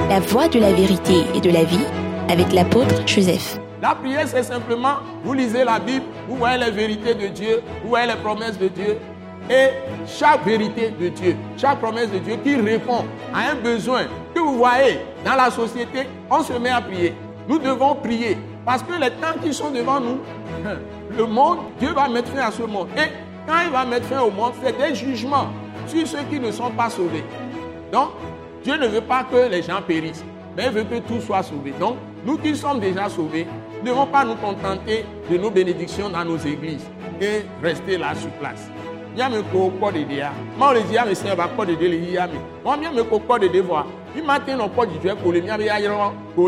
la voie de la vérité et de la vie avec l'apôtre Joseph. La prière, c'est simplement, vous lisez la Bible, vous voyez les vérités de Dieu, vous voyez les promesses de Dieu. Et chaque vérité de Dieu, chaque promesse de Dieu qui répond à un besoin que vous voyez dans la société, on se met à prier. Nous devons prier parce que les temps qui sont devant nous, le monde, Dieu va mettre fin à ce monde. Et quand il va mettre fin au monde, c'est des jugements sur ceux qui ne sont pas sauvés. Donc, Dieu ne veut pas que les gens périssent, mais il veut que tout soit sauvé. Donc, nous qui sommes déjà sauvés, ne devons pas nous contenter de nos bénédictions dans nos églises et rester là sur place. Il y a un peu de dia. Moi, on dit, mais c'est un peu de dia. Moi, il y a un peu de devoir. Il m'a dit, on peut dire que les gens qui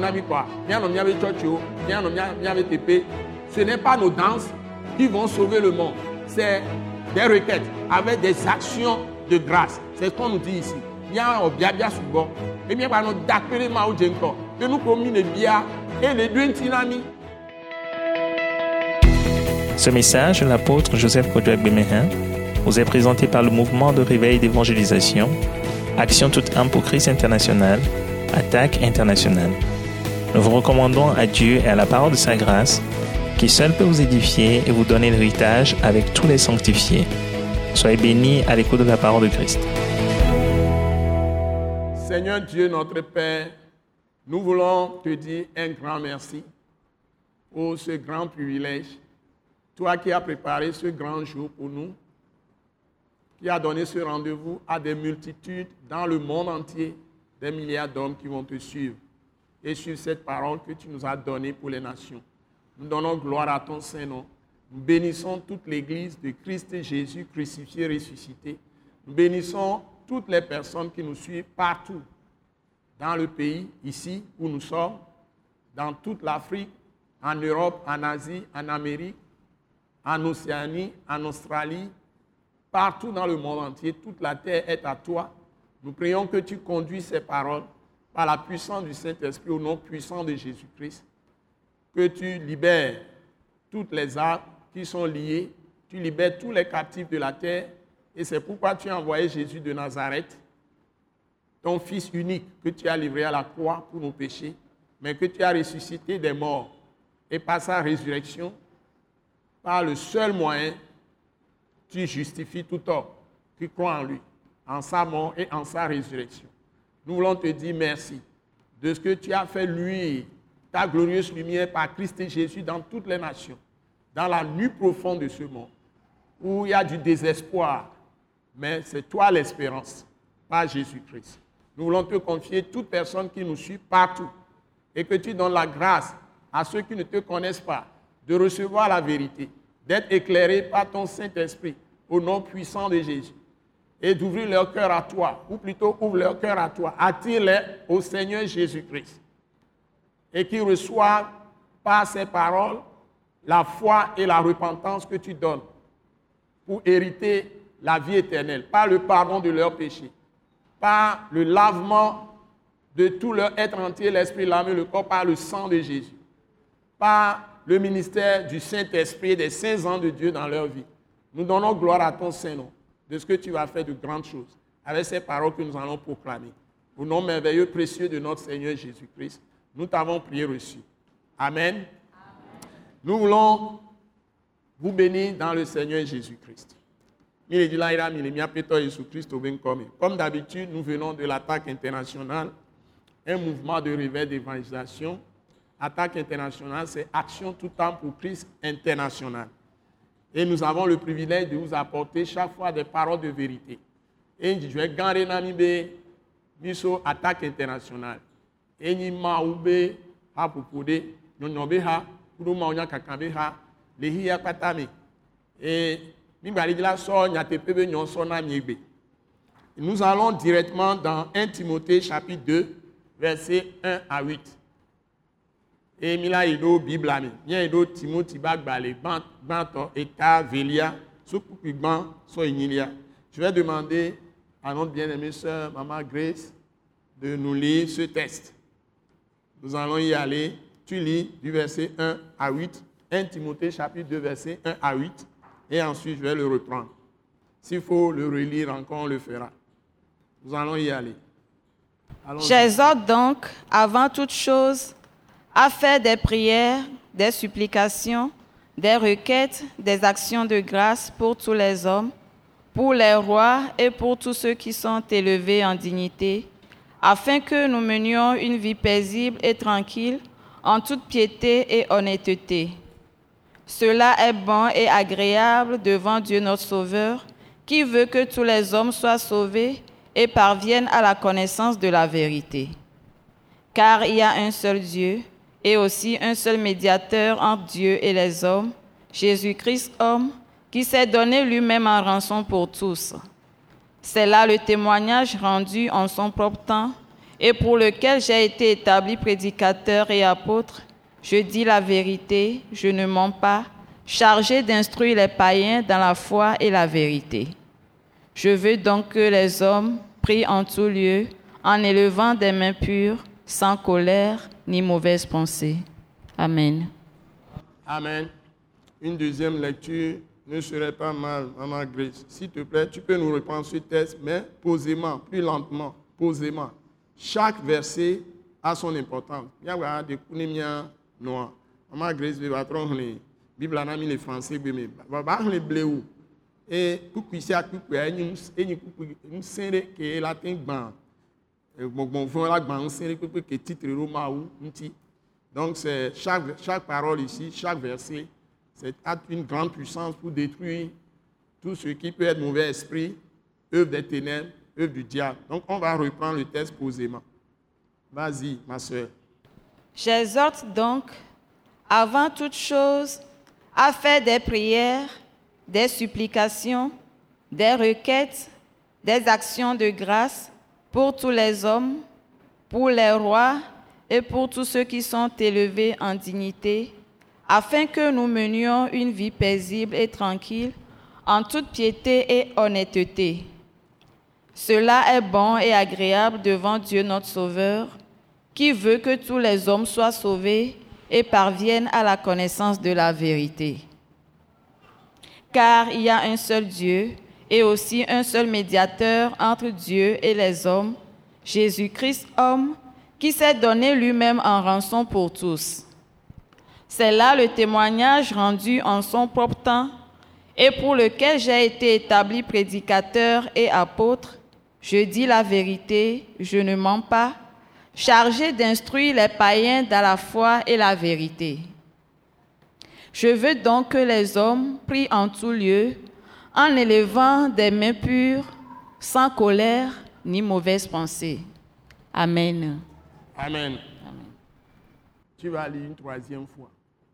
ce n'est pas nos danses qui vont sauver le monde. C'est des requêtes avec des actions de grâce. C'est ce qu'on nous dit ici. Il y a un bien souvent. Et bien, nous d'accueillir Mao Djenko. Que nous communons bien et les deux tinami. Ce message de l'apôtre Joseph Kodouak Bemehin vous est présenté par le mouvement de réveil d'évangélisation, Action toute âme pour Christ international, Attaque internationale. Nous vous recommandons à Dieu et à la parole de sa grâce, qui seul peut vous édifier et vous donner l'héritage avec tous les sanctifiés. Soyez bénis à l'écoute de la parole de Christ. Seigneur Dieu, notre Père, nous voulons te dire un grand merci pour ce grand privilège. Toi qui as préparé ce grand jour pour nous, qui as donné ce rendez-vous à des multitudes dans le monde entier, des milliards d'hommes qui vont te suivre et suivre cette parole que tu nous as donnée pour les nations. Nous donnons gloire à ton Saint-Nom. Nous bénissons toute l'Église de Christ Jésus crucifié, ressuscité. Nous bénissons toutes les personnes qui nous suivent partout dans le pays, ici où nous sommes, dans toute l'Afrique, en Europe, en Asie, en Amérique, en Océanie, en Australie, partout dans le monde entier. Toute la terre est à toi. Nous prions que tu conduis ces paroles par la puissance du Saint-Esprit au nom puissant de Jésus-Christ. Que tu libères toutes les âmes qui sont liées, tu libères tous les captifs de la terre, et c'est pourquoi tu as envoyé Jésus de Nazareth, ton Fils unique que tu as livré à la croix pour nos péchés, mais que tu as ressuscité des morts, et par sa résurrection, par le seul moyen, tu justifies tout homme qui croit en lui, en sa mort et en sa résurrection. Nous voulons te dire merci de ce que tu as fait luire ta glorieuse lumière par Christ Jésus dans toutes les nations, dans la nuit profonde de ce monde, où il y a du désespoir, mais c'est toi l'espérance, par Jésus-Christ. Nous voulons te confier toute personne qui nous suit partout, et que tu donnes la grâce à ceux qui ne te connaissent pas, de recevoir la vérité, d'être éclairés par ton Saint-Esprit, au nom puissant de Jésus, et d'ouvrir leur cœur à toi, ou plutôt ouvre leur cœur à toi, attire-les au Seigneur Jésus-Christ, et qu'ils reçoivent par ces paroles la foi et la repentance que tu donnes pour hériter la vie éternelle, par le pardon de leurs péchés, par le lavement de tout leur être entier, l'esprit, l'âme et le corps, par le sang de Jésus, par le ministère du Saint-Esprit et des saints ans de Dieu dans leur vie. Nous donnons gloire à ton Saint-Nom de ce que tu vas faire de grandes choses avec ces paroles que nous allons proclamer. Au nom merveilleux, précieux de notre Seigneur Jésus-Christ, nous t'avons prié reçu. Amen. Amen. Nous voulons vous bénir dans le Seigneur Jésus-Christ. Comme d'habitude, nous venons de l'Attaque internationale, un mouvement de réveil d'évangélisation. Attaque internationale, c'est Action tout temps pour Christ international. Et nous avons le privilège de vous apporter chaque fois des paroles de vérité. Et je vais gagner une attaque internationale. Et nous avons nous allons directement dans 1 Timothée chapitre 2, versets 1 à 8. Et mila ido Bible ami, bien ido Timothy bagbale, banto eta velia, soukupigban so inilia. Je vais demander à notre bien-aimée sœur Maman Grace de nous lire ce texte. Nous allons y aller. Tu lis du verset 1 à 8, 1 Timothée chapitre 2, verset 1 à 8, et ensuite je vais le reprendre. S'il faut le relire encore, on le fera. Nous allons y aller. J'exhorte donc, avant toute chose, à faire des prières, des supplications, des requêtes, des actions de grâce pour tous les hommes, pour les rois et pour tous ceux qui sont élevés en dignité, afin que nous menions une vie paisible et tranquille, en toute piété et honnêteté. Cela est bon et agréable devant Dieu notre Sauveur, qui veut que tous les hommes soient sauvés et parviennent à la connaissance de la vérité. Car il y a un seul Dieu, et aussi un seul médiateur entre Dieu et les hommes, Jésus-Christ homme, qui s'est donné lui-même en rançon pour tous. C'est là le témoignage rendu en son propre temps, et pour lequel j'ai été établi prédicateur et apôtre. Je dis la vérité, je ne mens pas, chargé d'instruire les païens dans la foi et la vérité. Je veux donc que les hommes prient en tout lieu, en élevant des mains pures, sans colère ni mauvaise pensée. Amen. Amen. Une deuxième lecture ne serait pas mal, Maman Grace. S'il te plaît, tu peux nous reprendre ce texte, mais posément, plus lentement, posément. Chaque verset a son importance. Il y a des kunimia noirs. Maman Grace va prendre les Bible en ami les français, mais va les bleus. Et pour que ça puisse une série qui est la ban. Bon, voilà, une série qui est titre Romaou. Donc, c'est chaque parole ici, chaque verset, c'est une grande puissance pour détruire tout ce qui peut être mauvais esprit, œuvre des ténèbres, œuvre du diable. Donc, on va reprendre le texte posément. Vas-y, ma soeur. J'exhorte donc, avant toute chose, à faire des prières, des supplications, des requêtes, des actions de grâce pour tous les hommes, pour les rois et pour tous ceux qui sont élevés en dignité, afin que nous menions une vie paisible et tranquille, en toute piété et honnêteté. Cela est bon et agréable devant Dieu notre Sauveur, qui veut que tous les hommes soient sauvés et parviennent à la connaissance de la vérité. Car il y a un seul Dieu et aussi un seul médiateur entre Dieu et les hommes, Jésus-Christ homme, qui s'est donné lui-même en rançon pour tous. C'est là le témoignage rendu en son propre temps et pour lequel j'ai été établi prédicateur et apôtre. Je dis la vérité, je ne mens pas, chargé d'instruire les païens dans la foi et la vérité. Je veux donc que les hommes prient en tout lieu, en élevant des mains pures, sans colère ni mauvaise pensée. Amen. Amen. Amen. Tu vas lire une troisième fois.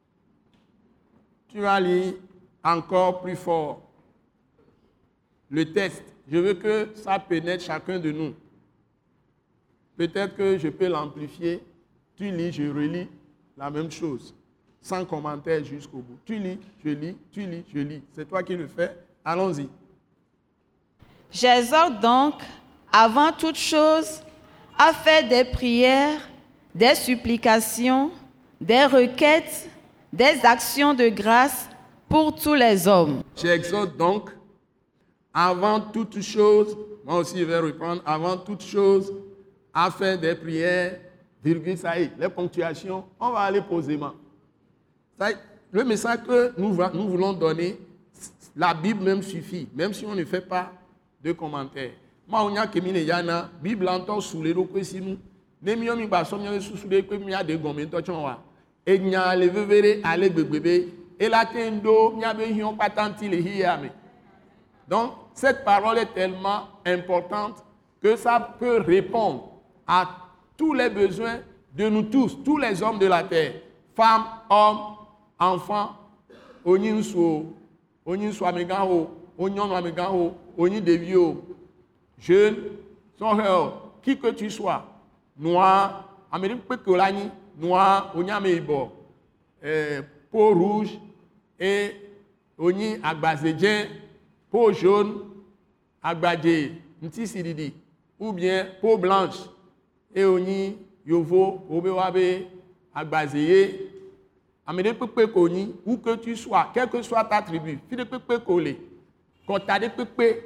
Tu vas lire encore plus fort le texte. Je veux que ça pénètre chacun de nous. Peut-être que je peux l'amplifier. Tu lis, je relis la même chose, sans commentaire jusqu'au bout. Tu lis, je lis, tu lis, je lis. C'est toi qui le fais. Allons-y. J'exhorte donc, avant toute chose, à faire des prières, des supplications, des requêtes, des actions de grâce pour tous les hommes. J'exhorte donc, avant toute chose, moi aussi je vais reprendre, avant toute chose, à faire des prières, virgule, ça y est, les ponctuations, on va aller posément. Ça y est, le message que nous voulons donner, la Bible même suffit, même si on ne fait pas de commentaires. Moi, on y a que mine yana, Bible entend sous les rocs si nous, ne m'y a pas sommes sous les que m'y a des gommes, et n'y a les bébés, allez bébé, et la tendo, n'y a besoin pas tant il est. Donc, cette parole est tellement importante que ça peut répondre à tous les besoins de nous tous les hommes de la terre, femmes, hommes, enfants, oni soit mégan, onyon mégan, oni des vieux, jeunes, qui que tu sois, noir, Amérique Pekolani, noir, onyameibo, peau rouge et oni agbazedien, peau jaune, agbadje, ntisididi, ou bien peau blanche, et oni yovo, obewabe, agbazeye, Amérique où que tu sois, quelle que soit ta tribu, fille de pépé collé, quand tu as des pépé,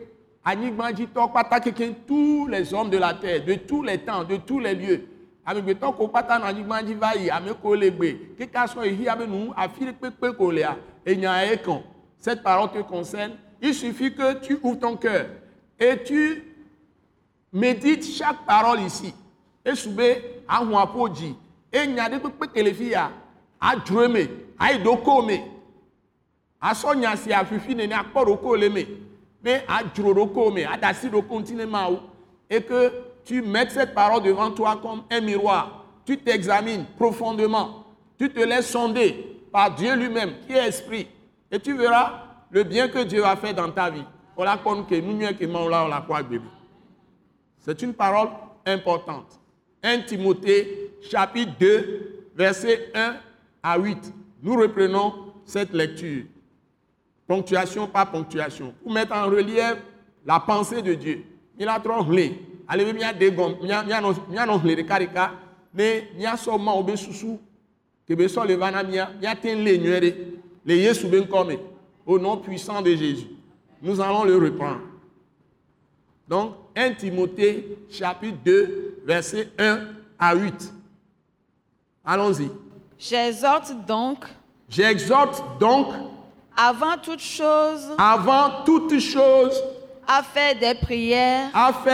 Anigbanjito pata quelqu'un, tous les hommes de la terre, de tous les temps, de tous les lieux. Avec le temps qu'on pata n'anigbanji va y, avec collègue, quelqu'un soit ici avec nous, à filer pepe coléa, et n'y a écon. Cette parole te concerne. Il suffit que tu ouvres ton cœur et tu médites chaque parole ici. Et soubé, à Huapoji, et n'y a des pepe que les filles à drummer, à idokome, à sonya si à fifi n'est à poroko leme. Mais à Djuroko, à Dassido continuellement, et que tu mettes cette parole devant toi comme un miroir, tu t'examines profondément, tu te laisses sonder par Dieu lui-même, qui est esprit, et tu verras le bien que Dieu a fait dans ta vie. C'est une parole importante. 1 Timothée, chapitre 2, versets 1 à 8. Nous reprenons cette lecture. Ponctuation par ponctuation, pour mettre en relief la pensée de Dieu. Il a trop relé. Allez, il y a des gommes, il y a non relé de carika, mais il y a seulement au besoussou, que besoin le vanamia, il y a ten les nuérés, les yesou ben comme, au nom puissant de Jésus. Nous allons le reprendre. Donc, 1 Timothée, chapitre 2, versets 1 à 8. Allons-y. J'exhorte donc, avant toute chose, à faire des prières,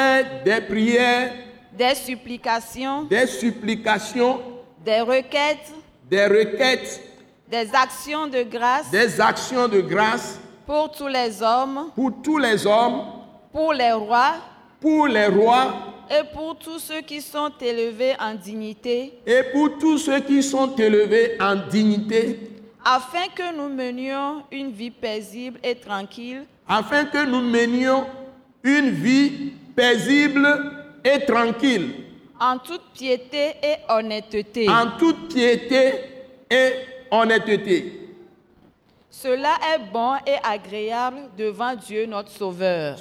des supplications, des requêtes, des actions de grâce, pour tous les hommes, pour les rois, et pour tous ceux qui sont élevés en dignité, afin que nous menions une vie paisible et tranquille, en toute piété et honnêteté. Cela est bon et agréable devant Dieu notre Sauveur.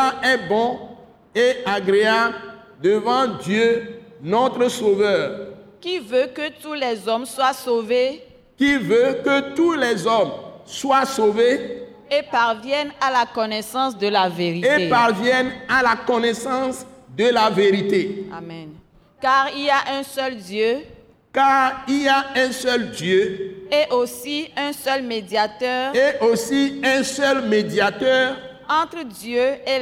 Qui veut que tous les hommes soient sauvés. Et parviennent à la connaissance de la vérité. Amen. Car il y a un seul Dieu. Et aussi un seul médiateur. Entre Dieu et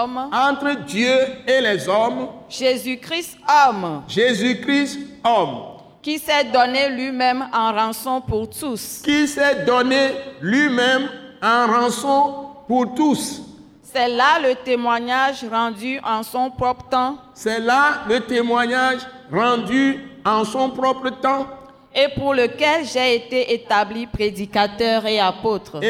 les hommes. Jésus-Christ homme. Qui s'est donné lui-même en rançon pour tous. C'est là le témoignage rendu en son propre temps. Et pour lequel j'ai été établi prédicateur et apôtre.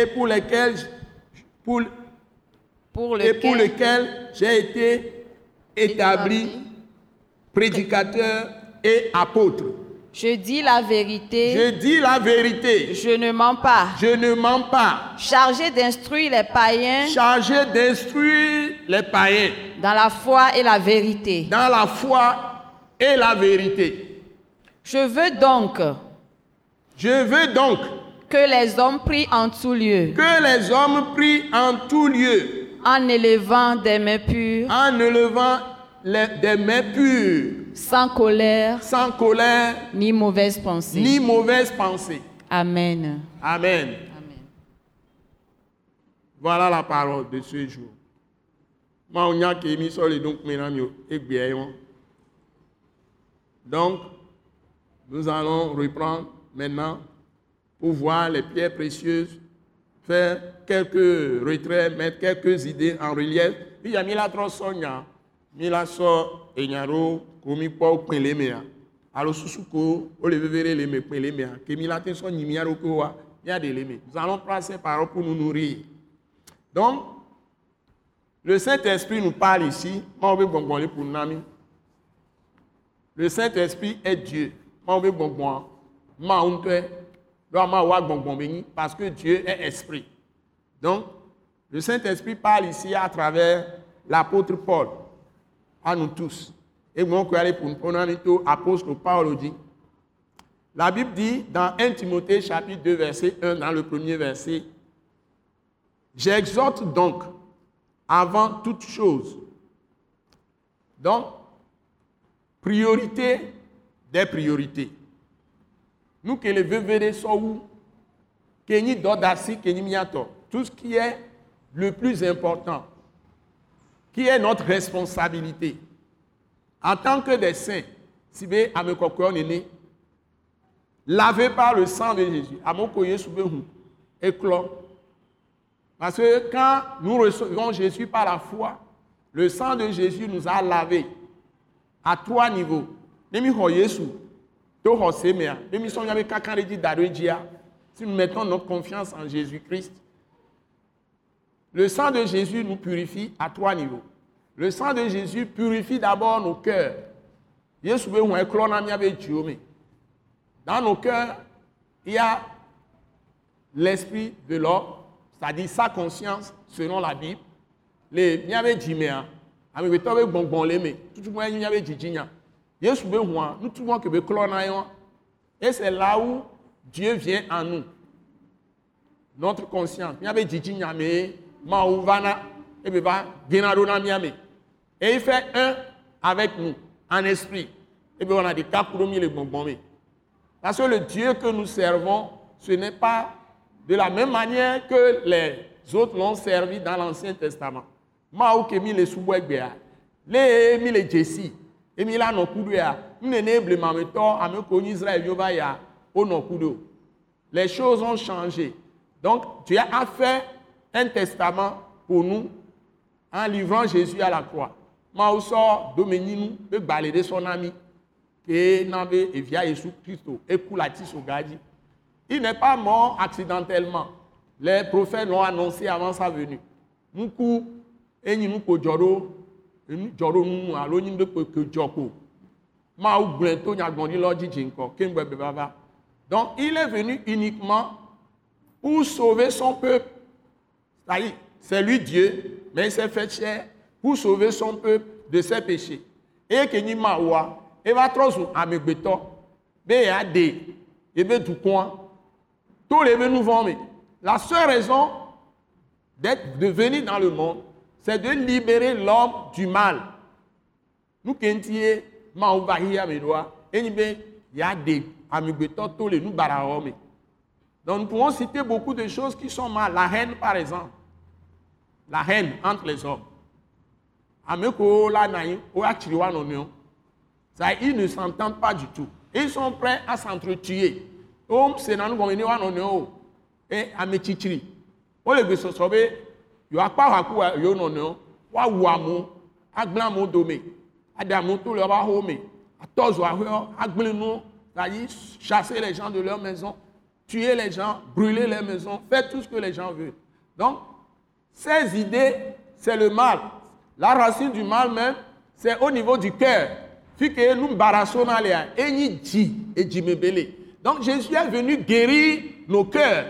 Pour lequel j'ai été établi prédicateur et apôtre. Je dis la vérité. Je ne mens pas. Chargé d'instruire les païens. Dans la foi et la vérité. Je veux donc que les hommes prient en tout lieu. En élevant des mains pures. Sans colère, ni mauvaise pensée. Amen. Voilà la parole de ce jour. Donc, nous allons reprendre maintenant pour voir les pierres précieuses, faire quelques retraits, mettre quelques idées en relief. Puis il y a mis la trosonia, mis la so enyaro, komi po pelemea. Alors susuko, o le verrez les me pelemea, que mi la tension ni miaro koa, il y a des lémés. Nous allons prendre ces paroles pour nous nourrir. Donc, le Saint-Esprit nous parle ici. Le Saint-Esprit est Dieu. Parce que Dieu est esprit. Donc, le Saint-Esprit parle ici à travers l'apôtre Paul, à nous tous. Et moi, je vais aller pour l'apôtre Paul dit. La Bible dit dans 1 Timothée chapitre 2 verset 1, dans le premier verset, j'exhorte donc avant toute chose. Donc, priorité des priorités. Nous que les veuves sont où? Kenyi Dodasi, Kenyi Miato. Tout ce qui est le plus important, qui est notre responsabilité. En tant que des saints, si vous avez lavé par le sang de Jésus, éclos. Parce que quand nous recevons Jésus par la foi, le sang de Jésus nous a lavés à 3 niveaux. Si nous mettons notre confiance en Jésus-Christ, le sang de Jésus nous purifie à 3 niveaux. Le sang de Jésus purifie d'abord nos cœurs. Dans nos cœurs, il y a l'esprit de l'homme, c'est-à-dire sa conscience selon la Bible. Les miabe jimea, avec le tobe bonbon leme, tout le monde miabe jijinya. Yesu be huan, nous tout le monde que be clonayon. Et c'est là où Dieu vient en nous. Notre conscience, miabe jijinya me, ma uvana, et be va genadona miabe. Et il fait un avec nous, en esprit. Et bien on a des cas pour nous les bonbons. Parce que le Dieu que nous servons, ce n'est pas de la même manière que les autres l'ont servi dans l'Ancien Testament. Mao kemi les soubouégbea, les Jessi, et mila no kudouya, m'neneble mameto, ameko Israël yovaya, o no kudo. Les choses ont changé. Donc Dieu a fait un testament pour nous en livrant Jésus à la croix. Mao sort domeninu, be balade son ami, et n'avait et via Jésus Christ, et koulati sogadi. Il n'est pas mort accidentellement. Les prophètes l'ont annoncé avant sa venue. Moukou, et nous ko joro nous alo ni de que joko. Ma ou bientôt nya gondi lodi jinko, kembe baba. Donc il est venu uniquement pour sauver son peuple. C'est lui Dieu, mais il s'est fait chair pour sauver son peuple de ses péchés. Et que ni mawa, et va trop amegbeto, be ya de, et be du coin. Tous les nous vont. La seule raison de venir dans le monde, c'est de libérer l'homme du mal. Nous kentiye ma ouvahia medoa, et ni ben ya de amigbeto tous les nous baraome. Donc nous pouvons citer beaucoup de choses qui sont mal. La haine par exemple, la haine entre les hommes. Ameko la naï, o achiriwa nonyo. Ça, ils ne s'entendent pas du tout. Ils sont prêts à s'entretuer. C'est dans nous et à Mechichiri. On le besoin sauver. Il a pas à yo non wa wamu aglamo domé. Adamu tout le ba home. A tozo a aglenu, chasser les gens de leur maison, tuer les gens, brûler les maisons, faire tout ce que les gens veulent. Donc ces idées, c'est le mal. La racine du mal même, c'est au niveau du cœur. Fike nous barassons aléa et ni dit et jimebele. Donc Jésus est venu guérir nos cœurs.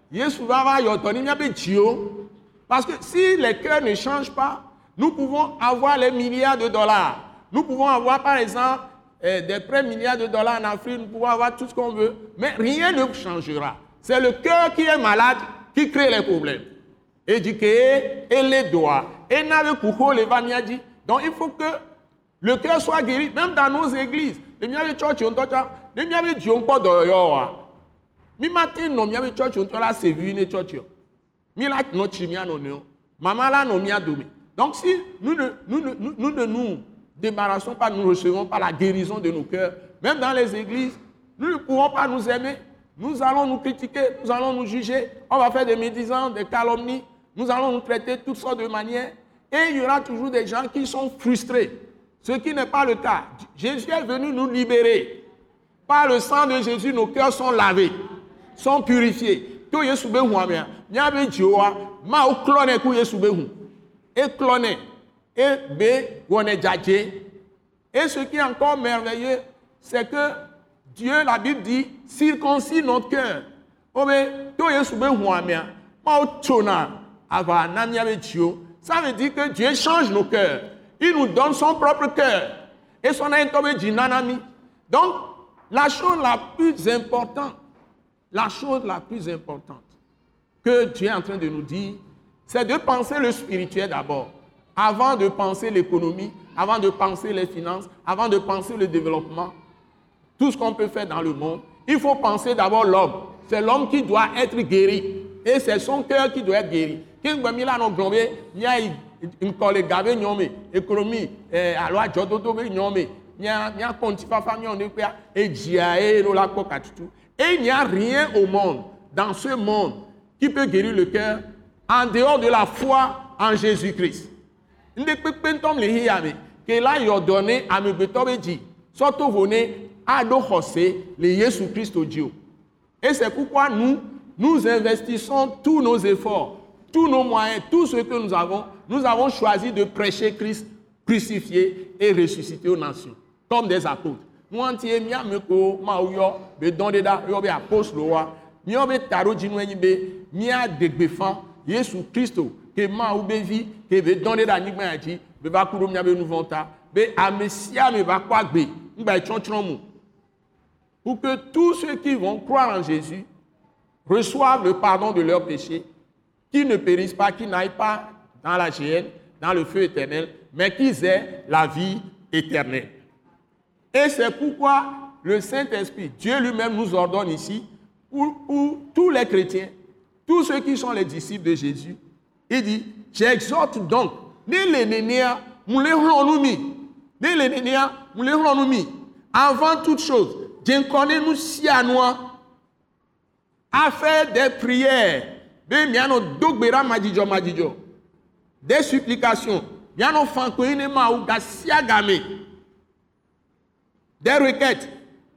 Parce que si les cœurs ne changent pas, nous pouvons avoir les milliards de dollars. Nous pouvons avoir par exemple des prêts milliards de dollars en Afrique, nous pouvons avoir tout ce qu'on veut, mais rien ne changera. C'est le cœur qui est malade qui crée les problèmes. Et dit que et les doigts. Et n'avait coucou les vaniadi. Donc il faut que le cœur soit guéri, même dans nos églises. Les miens de church ont d'autres. Les miens de Dieu ont pas de mi matin non miens de church ont la séville ne church. Mi la no chimia no no. Maman la no mia domi. Donc si nous ne nous débarrassons pas, nous recevons pas la guérison de nos cœurs, même dans les églises, nous ne pourrons pas nous aimer. Nous allons nous critiquer, nous allons nous juger. On va faire des médisances, des calomnies. Nous allons nous traiter de toutes sortes de manières. Et il y aura toujours des gens qui sont frustrés. Ce qui n'est pas le cas. Jésus est venu nous libérer. Par le sang de Jésus, nos cœurs sont lavés, sont purifiés. Tout est soube huamia. Nyabe Dioa, ma ou cloné kou est soube hu. Et cloné. Et bé woné djadje. Et ce qui est encore merveilleux, c'est que Dieu, la Bible dit, circoncis notre cœur. Oh mais tout est soube huamia. Ma ou tchona ava namiabe Dio. Ça veut dire que Dieu change nos cœurs. Il nous donne son propre cœur. Et son intobé dit nanami. Donc, la chose la plus importante que Dieu est en train de nous dire, c'est de penser le spirituel d'abord, avant de penser l'économie, avant de penser les finances, avant de penser le développement, tout ce qu'on peut faire dans le monde. Il faut penser d'abord l'homme. C'est l'homme qui doit être guéri. Et c'est son cœur qui doit être guéri. Quand vous avez un grand il y a une collègue économie, alors à Jododo, il y a un compte et il n'y a rien au monde, dans ce monde, qui peut guérir le cœur en dehors de la foi en Jésus-Christ. Il ne peut pas que là, il a donné à mes dit, surtout venez à le Jésus-Christ au Dieu. Et c'est pourquoi nous investissons tous nos efforts, tous nos moyens, tout ce que nous avons choisi de prêcher Christ crucifié et ressuscité aux nations, comme des apôtres. Nous entiers, nous avons des apôtres, nous avons des tarots, nous avons des défenses, Jésus Christ, que nous avons vie, que nous avons des pour que tous ceux qui vont croire en Jésus reçoivent le pardon de leurs péchés, qu'ils ne périssent pas, qu'ils n'aillent pas dans la géhenne, dans le feu éternel, mais qu'ils aient la vie éternelle. Et c'est pourquoi le Saint-Esprit, Dieu lui-même nous ordonne ici, pour tous les chrétiens, tous ceux qui sont les disciples de Jésus, il dit, j'exhorte donc, avant toute chose, nous si à nous à faire des prières, des supplications, des requêtes,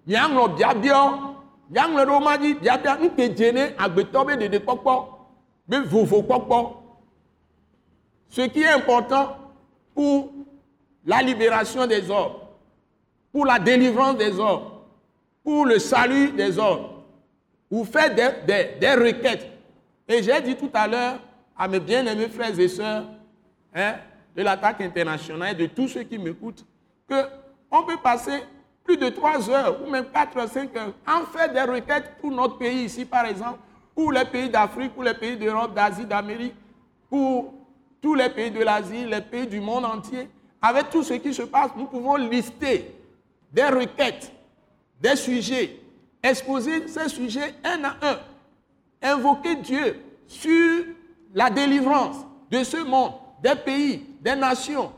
ce qui est important pour la libération des hommes, pour la délivrance des hommes, pour le salut des hommes. Vous faites des requêtes. Et j'ai dit tout à l'heure à mes bien-aimés frères et sœurs de l'Attaque internationale et de tous ceux qui m'écoutent qu'on peut passer plus de 3 heures ou même 4 ou 5 heures à faire des requêtes pour notre pays ici, par exemple, pour les pays d'Afrique, pour les pays d'Europe, d'Asie, d'Amérique, pour tous les pays de l'Asie, les pays du monde entier. Avec tout ce qui se passe, nous pouvons lister des requêtes, des sujets, exposer ces sujets un à un, invoquer Dieu sur la délivrance de ce monde, des pays, des nations,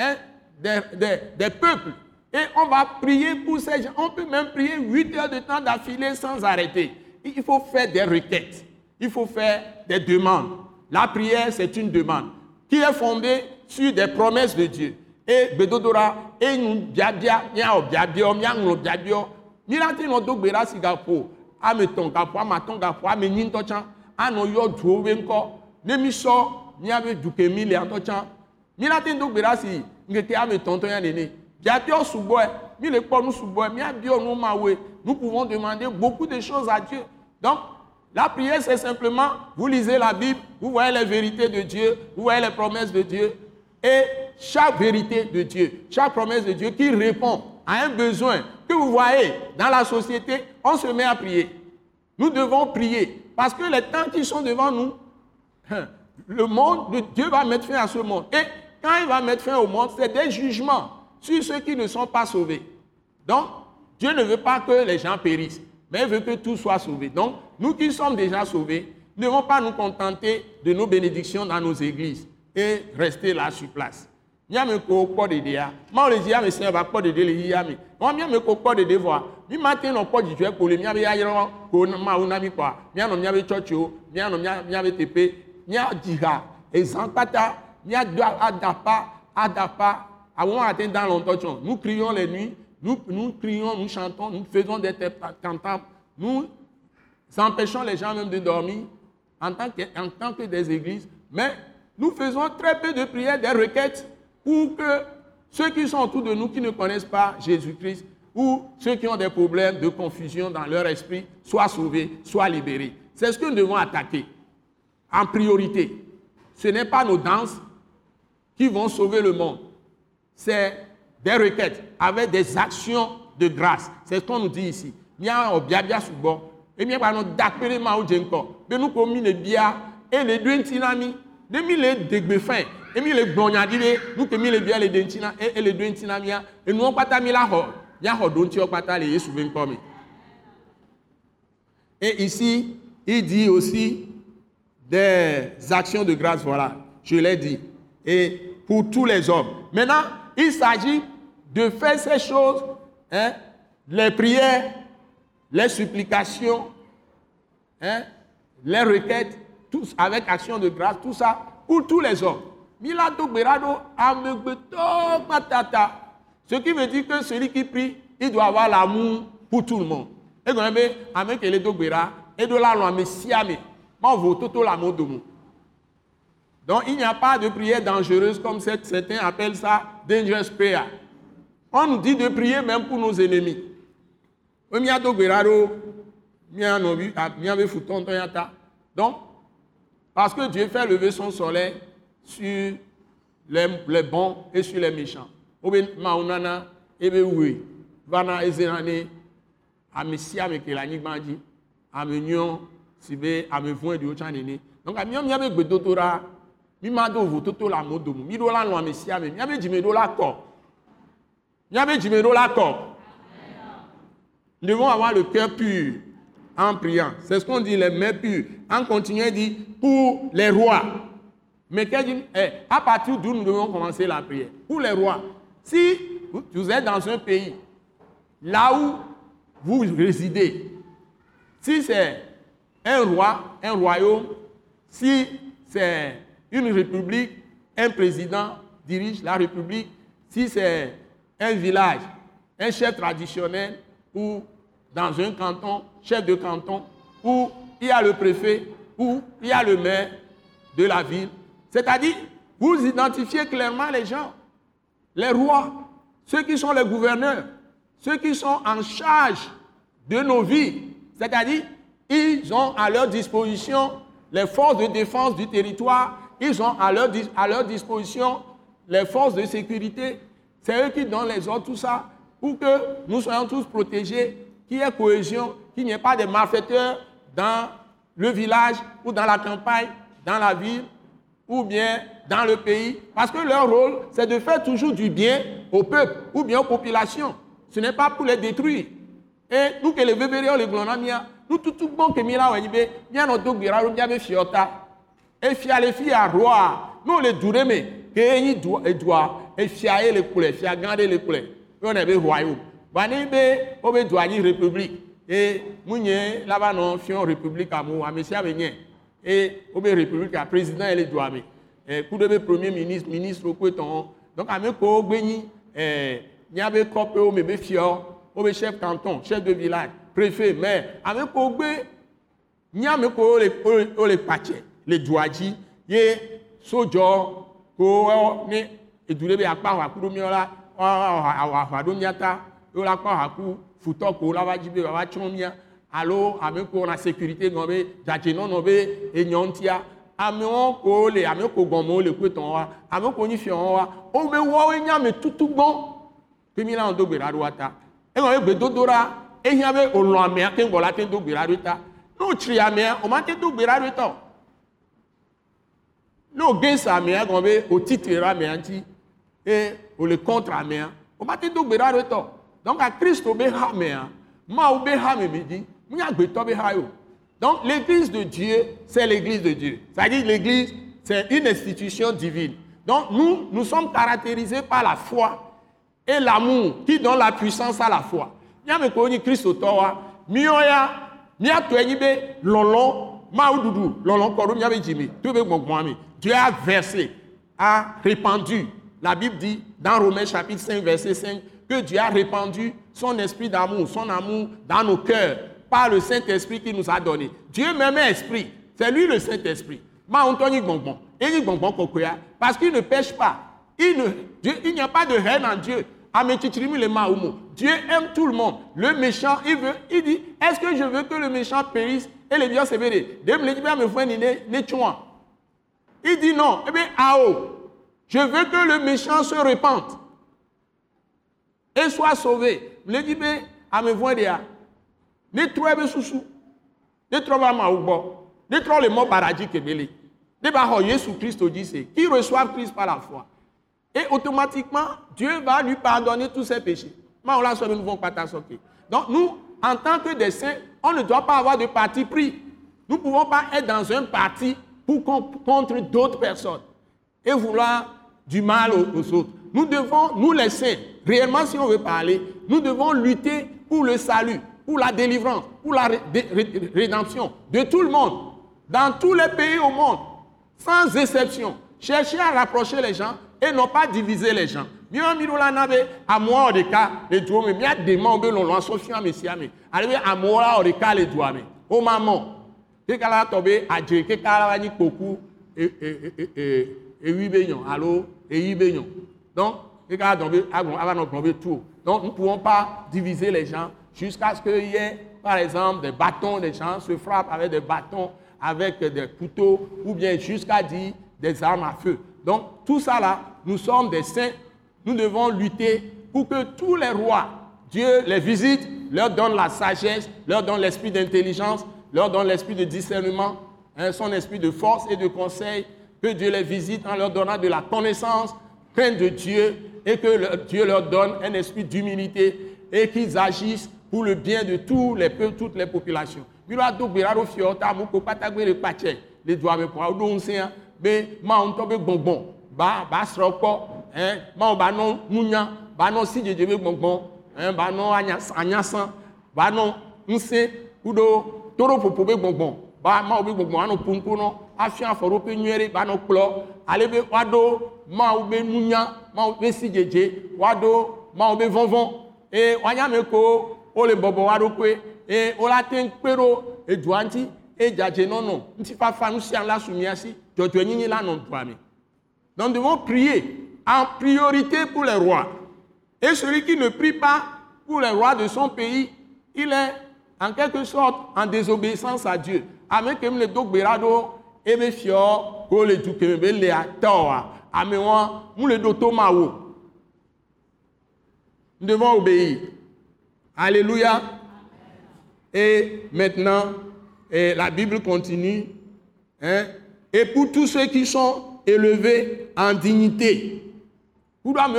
des peuples. Et on va prier pour ces gens. On peut même prier 8 heures de temps d'affilée sans arrêter. Il faut faire des requêtes. Il faut faire des demandes. La prière, c'est une demande qui est fondée sur des promesses de Dieu. Et Bedodora, et nous biabia, biabio, biabio, mirati no dogbera sigapo, ameton gapo, amaton gapo, amenin tochan, ano yo duovenko, nemiso, niave dukemi le antochan, mirati dogbera si, ngete ameton toyan nene, biabio suboe, mi le po nous suboe, miabio nous mawe, nous pouvons demander beaucoup de choses à Dieu. Donc, la prière, c'est simplement, vous lisez la Bible, vous voyez les vérités de Dieu, vous voyez les promesses de Dieu, et chaque vérité de Dieu, chaque promesse de Dieu qui répond à un besoin que vous voyez dans la société, on se met à prier. Nous devons prier parce que les temps qui sont devant nous, le monde, Dieu va mettre fin à ce monde. Et quand il va mettre fin au monde, c'est des jugements sur ceux qui ne sont pas sauvés. Donc, Dieu ne veut pas que les gens périssent, mais il veut que tout soit sauvé. Donc, nous qui sommes déjà sauvés, ne devons pas nous contenter de nos bénédictions dans nos églises et rester là sur place. Nyame ko po de dia ma le dia me se ba po de le yame on nyame ko po de devoir mi matin no po jijwe ko le miabe yayro ko ma una mi kwa mia no miabe chocho mia no miabe tepe mia diga ezantata mia doit adapa avons atteint dans l'entretien. Nous crions les nuits, nous crions, nous chantons, nous faisons des cantates, nous empêchons les gens même de dormir en tant que des églises, mais nous faisons très peu de prières, des requêtes pour que ceux qui sont autour de nous, qui ne connaissent pas Jésus-Christ, ou ceux qui ont des problèmes de confusion dans leur esprit, soient sauvés, soient libérés. C'est ce que nous devons attaquer en priorité. Ce n'est pas nos danses qui vont sauver le monde. C'est des requêtes avec des actions de grâce. C'est ce qu'on nous dit ici. Il y a un biabia subo. Et bien, nous dakpere ma ou jenko. Mais nous commis les bia et les deux tinami. demi les dégbefin, et mi les blognadile, nous que mi les bien les dentina et les dentina mia, et nous on pata mi la ho, ya ho donti o pata les yesu ben comme. Et ici, il dit aussi des actions de grâce, voilà, je l'ai dit, et pour tous les hommes. Maintenant, il s'agit de faire ces choses, hein, les prières, les supplications, hein, les requêtes, tous avec action de grâce, tout ça, pour tous les hommes. Milado Berado Amegbeto Matata. Ce qui veut dire que celui qui prie, il doit avoir l'amour pour tout le monde. Et donc, avec les Dogbera, et de la loi, mais siame, moi, vous tout l'amour de nous. Donc, il n'y a pas de prière dangereuse comme certains appellent ça dangerous prayer. On nous dit de prier même pour nos ennemis. Donc, parce que Dieu fait lever son soleil sur les bons et sur les méchants. Donc, nous devons avoir le cœur pur en priant. C'est ce qu'on dit, les mains pures. En continuant, il dit pour les rois. Mais à partir d'où nous devons commencer la prière? Pour les rois. Si vous êtes dans un pays, là où vous résidez, si c'est un roi, un royaume, si c'est une république, un président dirige la république, si c'est un village, un chef traditionnel, ou dans un canton, chef de canton, où il y a le préfet, où il y a le maire de la ville. C'est-à-dire, vous identifiez clairement les gens, les rois, ceux qui sont les gouverneurs, ceux qui sont en charge de nos vies. C'est-à-dire, ils ont à leur disposition les forces de défense du territoire, ils ont à leur disposition les forces de sécurité. C'est eux qui donnent les ordres, tout ça, pour que nous soyons tous protégés, qu'il y ait cohésion, qu'il n'y ait pas de malfaiteurs dans le village ou dans la campagne, dans la ville ou bien dans le pays. Parce que leur rôle, c'est de faire toujours du bien au peuple ou bien aux populations. Ce n'est pas pour les détruire. Et nous que les bébés, les glonamia, nous tout bon que mira wenibe, bien nos deux guerres, bien mes fiota. Et fia les filles à roi, nous les doureme, que y doit, et fia les coulées, fia garder les coulées. On avait royaume. Banebe, obe douanier république. Et mounye, là-bas, non, fion république à mou, à monsieur Avenien. Et obe république à président, et les douaniers. Et pour le premier ministre, ministre au coton. Donc, à me ko, béni, n'y avait copé au mebe fion, obe chef canton, chef de village, préfet, maire. À me ko, n'y a me ko, les paché, les douadji, yé, sojo, ko, ne, et doulebe à part, à kourumiola, la quoi haku futoko la vajibe va chomia allo ameko na sécurité ngombe jajeno nobe enyontia amion ko le ameko gomo le kweton wa ameko ni fion wa o be wo enya me tutu bon ke mi la ndo gbera ruata e ngombe be dodora e hia be olo ame ake ngola ke ndo gbera ruta no tri ame o ma ke ndo gbera ruta no gensa ame ngombe o titira me anti et o le contre ame o ma ke ndo gbera ruta. Donc, à Christ, donc l'église de Dieu, c'est l'église de Dieu. C'est-à-dire l'église, c'est une institution divine. Donc, nous sommes caractérisés par la foi et l'amour qui donne la puissance à la foi. Dieu a versé, a répandu. La Bible dit, dans Romains chapitre 5, verset 5, que Dieu a répandu son esprit d'amour, son amour dans nos cœurs, par le Saint-Esprit qu'il nous a donné. Dieu même est esprit, c'est lui le Saint-Esprit. Parce qu'il ne pêche pas. Il n'y a pas de haine en Dieu. Dieu aime tout le monde. Le méchant, il dit, est-ce que je veux que le méchant périsse et les bien se verront? Il dit non. Eh bien, je veux que le méchant se repente et soit sauvé. Le dit, mais à me voir déjà. Ne trouve pas sous. Ne trouve pas maoubo. Ne trouve les mots paradis que belé. Débat Jésus-Christ dit c'est qui reçoit Christ par la foi. Et automatiquement, Dieu va lui pardonner tous ses péchés. Donc nous, en tant que des saints, on ne doit pas avoir de parti pris. Nous ne pouvons pas être dans un parti contre d'autres personnes et vouloir du mal aux autres. Nous devons, nous les saints, réellement si on veut parler, nous devons lutter pour le salut, pour la délivrance, pour la rédemption de tout le monde, dans tous les pays au monde, sans exception. Chercher à rapprocher les gens et non pas diviser les gens. À moi, de cas, les doigts, mais bien des membres, l'on Sophia Messia, mais arrivé à moi, de cas, les doigts, mais au maman, qu'est-ce qu'elle a tombé à Dieu, qu'est-ce qu'elle a dit beaucoup, et 8 baignons, allô, et 8 baignons. Donc, qu'est-ce qu'elle a tombé, avant de tomber tout. Donc, nous ne pouvons pas diviser les gens jusqu'à ce qu'il y ait, par exemple, des bâtons, des gens se frappent avec des bâtons, avec des couteaux, ou bien jusqu'à dire des armes à feu. Donc, tout ça là, nous sommes des saints. Nous devons lutter pour que tous les rois, Dieu les visite, leur donne la sagesse, leur donne l'esprit d'intelligence, leur donne l'esprit de discernement, son esprit de force et de conseil, que Dieu les visite en leur donnant de la connaissance, crainte de Dieu, et que Dieu leur donne un esprit d'humilité et qu'ils agissent pour le bien de tous les peuples, toutes les populations. Les doigts me prendre, mais on tombe bonbon, ma ba non munya ba non si jeje gbongbon ba non anyasan ba non nse udo toro popo be gbongbon ba ma obi gbongbon anu punku no afia foro pe nyere ba no klo alebe wado ma obe munya ma obe si jeje wado ma obe vonvon e wanya me ko o le bobo wado kwe e o la ten pero e duanti e jaje nono nti fa fa nu si an la sumiasi jojo nyinyi la non toami. Donc nous devons prier en priorité pour les rois. Et celui qui ne prie pas pour les rois de son pays, il est en quelque sorte en désobéissance à Dieu. Nous devons obéir. Alléluia. Et maintenant, la Bible continue. Et pour tous ceux qui sont élevés en dignité. Par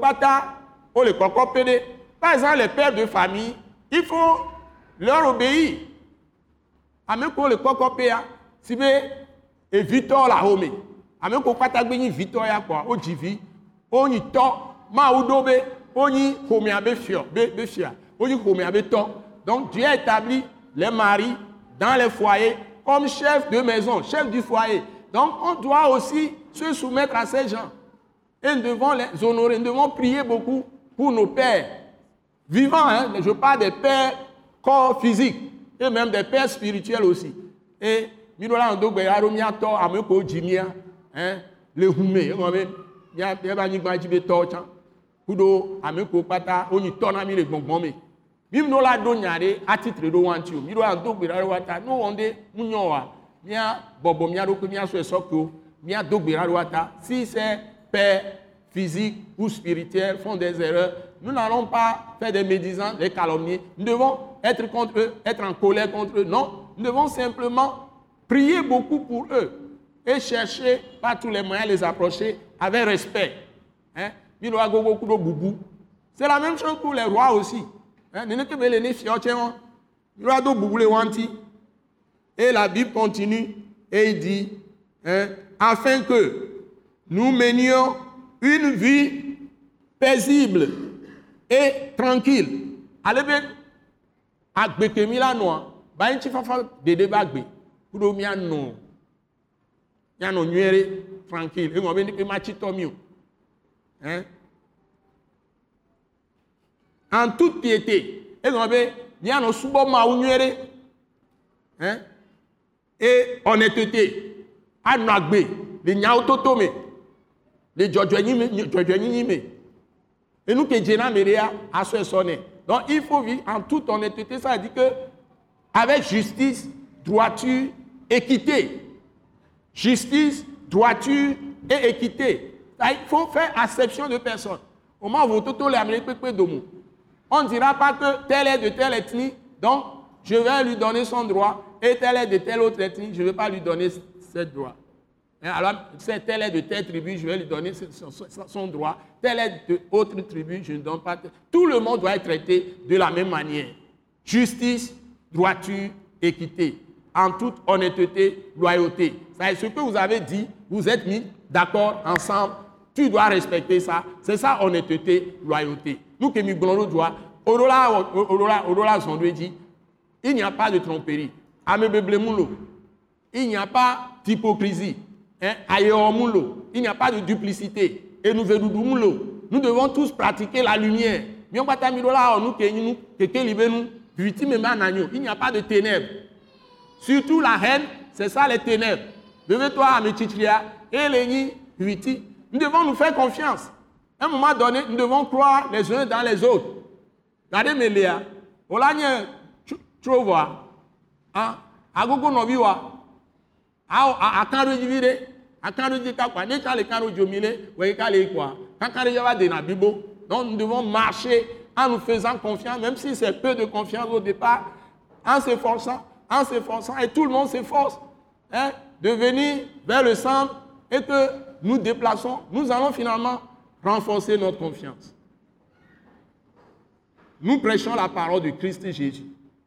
exemple, les pères de famille, il faut leur obéir. Si vous et Victor la home, ameko pata gbe Victor ya kwa ojivi, oni to ma udobe, oni homi abe fio, be fia, oni homi abe to. Donc Dieu a établi les maris dans les foyers comme chef de maison, chef du foyer. Donc on doit aussi se soumettre à ces gens. Et nous devons les honorer, nous devons prier beaucoup pour nos pères vivants. Hein? Je parle des pères corps physiques et même des pères spirituels aussi. Et nous avons dit le humé, si ces pères physiques ou spirituels font des erreurs, nous n'allons pas faire des médisants, des calomnier. Nous devons être contre eux, être en colère contre eux. Non, nous devons simplement prier beaucoup pour eux et chercher par tous les moyens les approcher avec respect. Hein? C'est la même chose pour les rois aussi. Et la Bible continue et il dit, hein, afin que nous menions une vie paisible et tranquille. Allez bien, avec Milano, bah une fafa de débat pour nous miano, miano nuere tranquille. Et on va dire que machitomio, hein, en toute piété. Et on va dire miano subo maounuere, hein, et honnêteté. Anagbe, les nyautotomé. Les Djodjouenime. Et nous, que Djena Merea a sonné. Donc, il faut vivre en toute honnêteté. Ça veut dire que, avec justice, droiture, équité. Justice, droiture et équité. Il faut faire acception de personnes. Au moment où vous les amenez, on ne dira pas que tel est de telle ethnie, donc je vais lui donner son droit, et tel est de telle autre ethnie, je ne vais pas lui donner ce droit. Alors, tel est de telle tribu, je vais lui donner son droit. Tel est de autre tribu, je ne donne pas. Tout le monde doit être traité de la même manière. Justice, droiture, équité. En toute honnêteté, loyauté. C'est ce que vous avez dit, vous êtes mis d'accord ensemble. Tu dois respecter ça. C'est ça, honnêteté, loyauté. Nous qui nous donnons le droit, Orola Zondwe dit, il n'y a pas de tromperie. Il n'y a pas d'hypocrisie. Il n'y a pas de duplicité. Et nous devons tous pratiquer la lumière. Il n'y a pas de ténèbres. Surtout la haine, c'est ça les ténèbres. Levez-toi à Metitria et les Huiti. Nous devons nous faire confiance. À un moment donné, nous devons croire les uns dans les autres. Regardez Méléa. Olanya Trova. Agogo Noviwa. A Karo Divide. A Karo Dikakwa. N'est-ce les Karo Diomile. Ou Ekale quoi. Quand Karejava de Nabibo. Donc nous devons marcher en nous faisant confiance, même si c'est peu de confiance au départ, en s'efforçant, et tout le monde s'efforce de venir vers le centre et que nous déplaçons, nous allons finalement renforcer notre confiance. Nous prêchons la parole de Christ Jésus.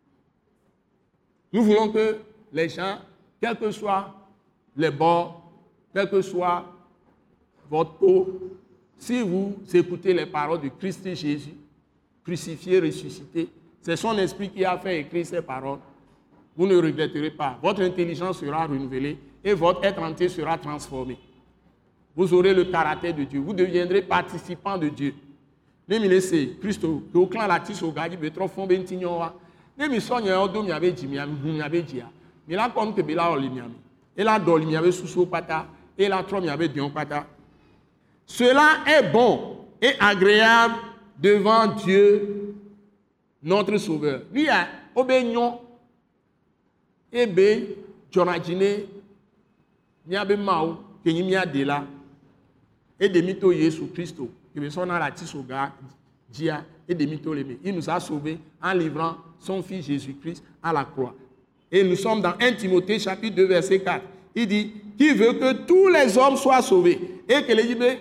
Nous voulons que les gens, quels que soient les bords, quel que soit votre peau, si vous écoutez les paroles de Christ Jésus, crucifié, ressuscité, c'est son esprit qui a fait écrire ces paroles. Vous ne regretterez pas. Votre intelligence sera renouvelée et votre être entier sera transformé. Vous aurez le caractère de Dieu. Vous deviendrez participant de Dieu. Ne me laissez Christo, que au clan latis au gadi betro fond bentignoa. Ne me sogne au dom yabe jimiami, yabe dia. Mais là comme que bela olimiami. Et là dol yabe suso pata, et là trom yabe dion pata. Cela est bon et agréable devant Dieu, notre Sauveur. Lui a obéignon, ebe, joradine, niabe mao, kenyimia de la, et de mito Jésus Christo, qui me sont dans la tisoga, dia, et de mito leme. Il nous a sauvés en livrant son fils Jésus-Christ à la croix. Et nous sommes dans 1 Timothée chapitre 2 verset 4. Il dit, qui veut que tous les hommes soient sauvés, et que les libérés,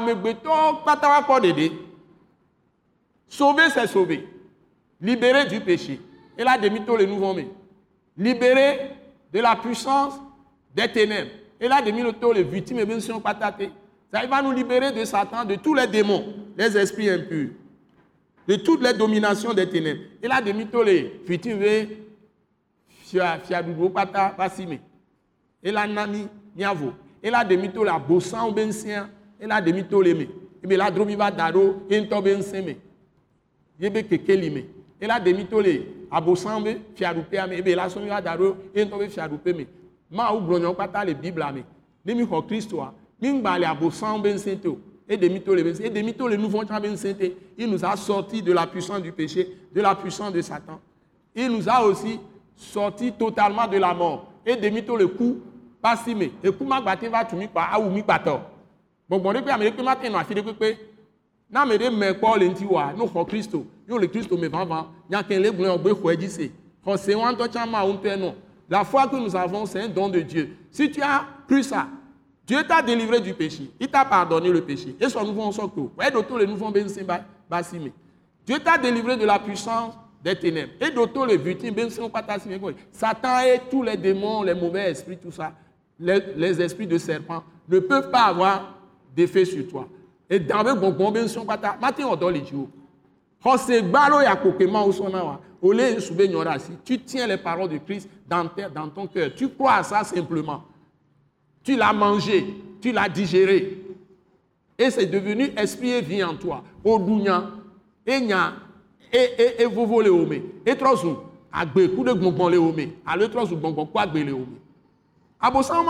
sauver, c'est sauver. Libérer du péché. Et là, demi-to les nouveaux mais. Libérer de la puissance des ténèbres. Et là, demi-to les victimes et bien sûr patate. Ça va nous libérer de Satan, de tous les démons, les esprits impurs, de toutes les dominations des ténèbres. Et là, demi-to les victimes fiabugo pata pasime. Et là, nami niavo. Et là, demi-to la bossan ou bensien. Et là, demi-to les et bien là, dromi va daro, et un tobe un seme. Yebe kekelime. Et là, demi-to les abosambe, fiaroupe, et bien là, son va daro, et un tobe fiaroupe. Ma ou blonyon pata les Bibles, mais demi ho Christoa, mingba les abosambe ben sento, et demi-to les ben, et demi-to les nouveaux ben senté. Il nous a sortis de la puissance du péché, de la puissance de Satan. Il nous a aussi sortis totalement de la mort. Et demi-to le coup, pas simé. Et coup, ma batte va tout mi pa, a ou mi pato. Bon, depuis Amérique, matin, on a fait des coupés. N'a me dit, mais quoi, l'entiwa, nous, pour Christo, nous, le Christo, mais vraiment, il y a qu'un légume, on peut quoi dire, c'est un tochama, on peut non. La foi que nous avons, c'est un don de Dieu. Si tu as cru ça, Dieu t'a délivré du péché. Il t'a pardonné le péché. Et son nouveau, on s'en trouve. Et d'autres, les nouveaux, ben, c'est bassimé. Dieu t'a délivré de la puissance des ténèbres. Et d'autres, les victimes, ben, c'est pas tassimé. Satan et tous les démons, les mauvais esprits, tout ça, les esprits de serpent, ne peuvent pas avoir d'effet sur toi. Et dans le bon ben son pata, matin on donne les jours. José balo ya kokema ou sonawa. Olé soube nyora si. Tu tiens les paroles de Christ dans ton cœur. Tu crois à ça simplement. Tu l'as mangé, tu l'as digéré. Et c'est devenu esprit et vie en toi. Odounya, enya, et vovo le ome. Et trozu, agbe coup de bonbon le ome. A le trozu bonbon quoi agbe le ome. Ça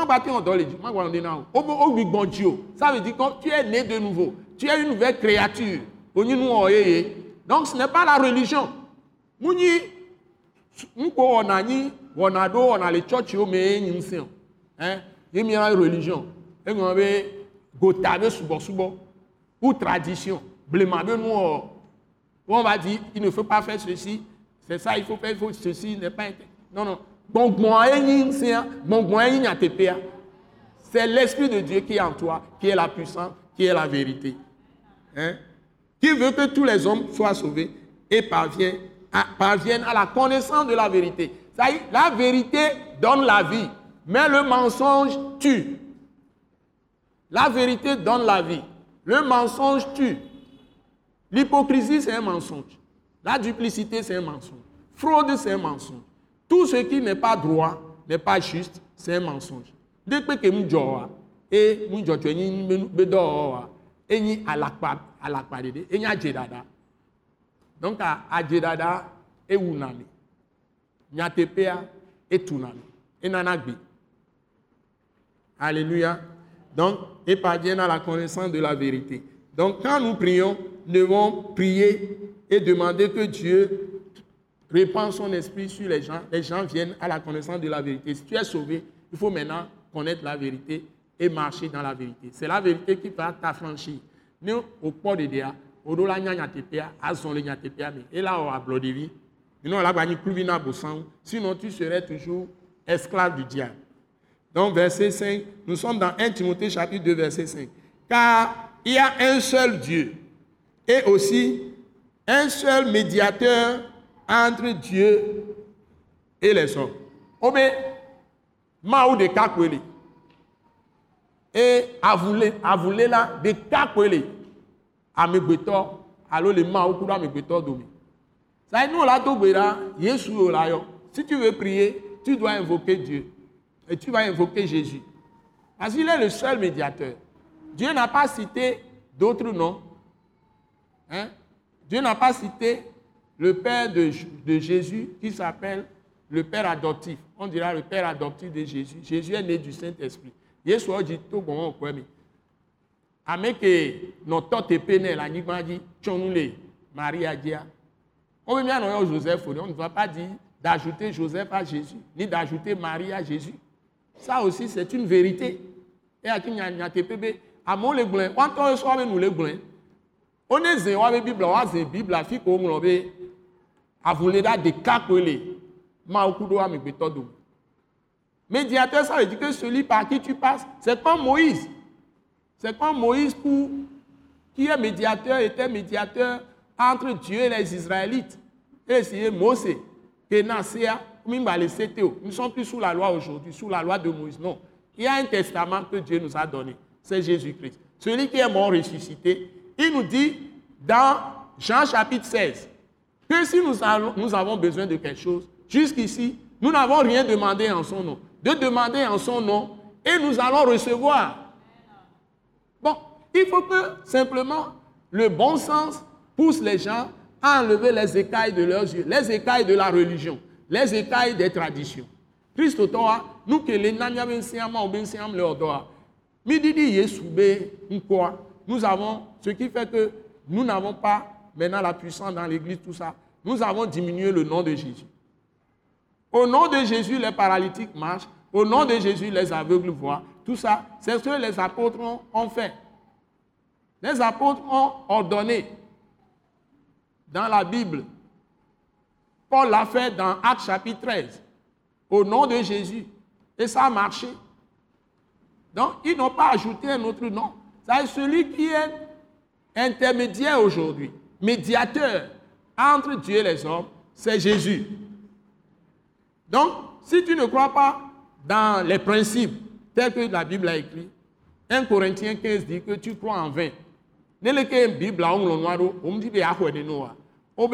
veut dire que tu es né de nouveau. Tu es une nouvelle créature. Donc ce n'est pas la religion. On a les church, mais il y a une religion. Ou tradition. On va dire, il ne faut pas faire ceci. C'est ça, il faut faire ceci. N'est pas... Non, non. C'est l'Esprit de Dieu qui est en toi, qui est la puissance, qui est la vérité. Hein? Qui veut que tous les hommes soient sauvés et parviennent à la connaissance de la vérité. Ça y est, la vérité donne la vie, mais le mensonge tue. La vérité donne la vie, le mensonge tue. L'hypocrisie, c'est un mensonge. La duplicité, c'est un mensonge. Fraude, c'est un mensonge. Tout ce qui n'est pas droit, n'est pas juste, c'est un mensonge. Dès que nous disons, et nous disons, et nous alakpadede, et nous adjedada. Donc, adjedada et unami. Nyatepea et tunami. Et nanagbi. Alléluia. Donc, et parviennent à la connaissance de la vérité. Donc, quand nous prions, nous devons prier et demander que Dieu répand son esprit sur les gens. Les gens viennent à la connaissance de la vérité. Si tu es sauvé, il faut maintenant connaître la vérité et marcher dans la vérité. C'est la vérité qui va t'affranchir. Nous, au port de Déa, au dos la nyatepea, à son le nyatepea, et là, on a blodévi. Sinon, tu serais toujours esclave du diable. Donc, verset 5, nous sommes dans 1 Timothée chapitre 2, verset 5. Car il y a un seul Dieu et aussi un seul médiateur entre Dieu et les hommes. Obe, maou de kakwele. Et avouler là, de kakwele. Amegbeto, alors le maou koura amegbeto domi. Ça nous là, si tu veux prier, tu dois invoquer Dieu. Et tu vas invoquer Jésus. Parce qu'il est le seul médiateur. Dieu n'a pas cité d'autres noms. Hein? Dieu n'a pas cité le père de Jésus qui s'appelle le père adoptif. On dira le père adoptif de Jésus. Jésus est né du Saint-Esprit. Jésus a dit tout bon au premier. Avec notre tépéné, la nigma dit Tchonule, Marie a dit. On veut bien nommer Joseph. On ne va pas dire d'ajouter Joseph à Jésus, ni d'ajouter Marie à Jésus. Ça aussi, c'est une vérité. Et à qui n'y a TPB, à mon les blancs, quand on soit nous les blancs, on est zéro avec Bible, on a zéro Bible, la fille comme on veut, à vous les des cas collés, ma au coup d'eau à mes bétodes. Médiateur, ça veut dire que celui par qui tu passes, c'est comme Moïse. C'est comme Moïse qui est médiateur, était médiateur entre Dieu et les Israélites. Et c'est Mose, que Nassia, nous ne sommes plus sous la loi aujourd'hui, sous la loi de Moïse. Non. Il y a un testament que Dieu nous a donné. C'est Jésus-Christ. Celui qui est mort ressuscité, il nous dit dans Jean chapitre 16 que si nous avons besoin de quelque chose, jusqu'ici, nous n'avons rien demandé en son nom. De demander en son nom et nous allons recevoir. Bon, il faut que simplement le bon sens pousse les gens à enlever les écailles de leurs yeux, les écailles de la religion, les écailles des traditions. Christ autora, nous que les nanya bensiama ou bensiam le odoa. Mididi yesube nkwa. Nous avons ce qui fait que nous n'avons pas maintenant la puissance dans l'église, tout ça. Nous avons diminué le nom de Jésus. Au nom de Jésus, les paralytiques marchent. Au nom de Jésus, les aveugles voient. Tout ça, c'est ce que les apôtres ont fait. Les apôtres ont ordonné dans la Bible. Paul l'a fait dans Actes chapitre 13. Au nom de Jésus. Et ça a marché. Donc, ils n'ont pas ajouté un autre nom. C'est celui qui est intermédiaire aujourd'hui, médiateur entre Dieu et les hommes, c'est Jésus. Donc, si tu ne crois pas dans les principes tels que la Bible a écrit, 1 Corinthiens 15 dit que tu crois en vain. Ne le que Bible a on noiro, on dit be ahwe de noa. Obe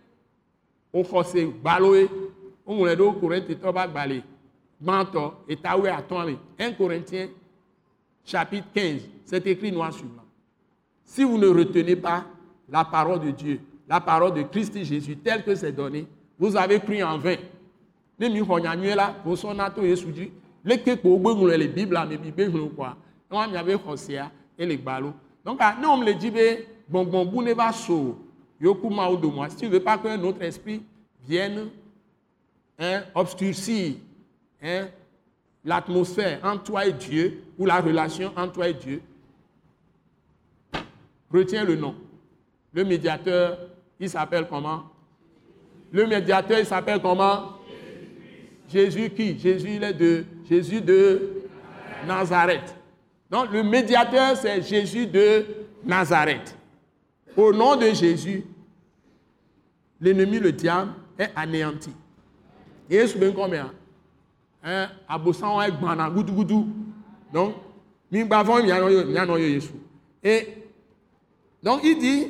o forcé baloé, on le do Corinthiens to ba balé. Manto et tawe atone. 1 Corinthiens chapitre 15, c'est écrit noir sur blanc. Si vous ne retenez pas la parole de Dieu, la parole de Christ Jésus telle que c'est donné, vous avez pris en vain. Les mihognannuela, vos sonato et soudi, les kekbo les Bibles, mais Bible quoi. On y avait Hosea et les ballots. Donc, nous on me dit, bon, ne va so, yokuma ou de moi. Si tu ne veux pas qu'un autre esprit vienne obscurcir l'atmosphère entre toi et Dieu, ou la relation entre toi et Dieu, retiens le nom. Le médiateur, il s'appelle comment? Le médiateur, il s'appelle comment? Jésus qui? Jésus, il est de Jésus de Nazareth. Donc le médiateur, c'est Jésus de Nazareth. Au nom de Jésus, l'ennemi, le diable, est anéanti. Et c'est bien combien? Abossan est gbana goudou. Donc, et donc il dit,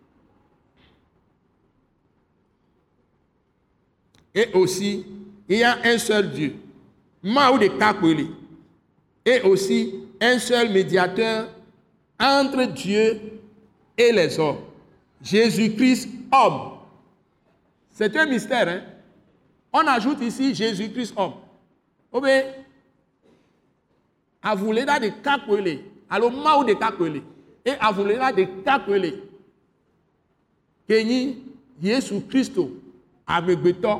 et aussi, il y a un seul Dieu, Maou de Kakwele, et aussi un seul médiateur entre Dieu et les hommes, Jésus-Christ homme. C'est un mystère, hein? On ajoute ici Jésus-Christ homme. Avoulela de Kakwele, alors Maou de Kakwele, et avoulela de Kakwele, Kenyi Jésus Christo, Amegbeto,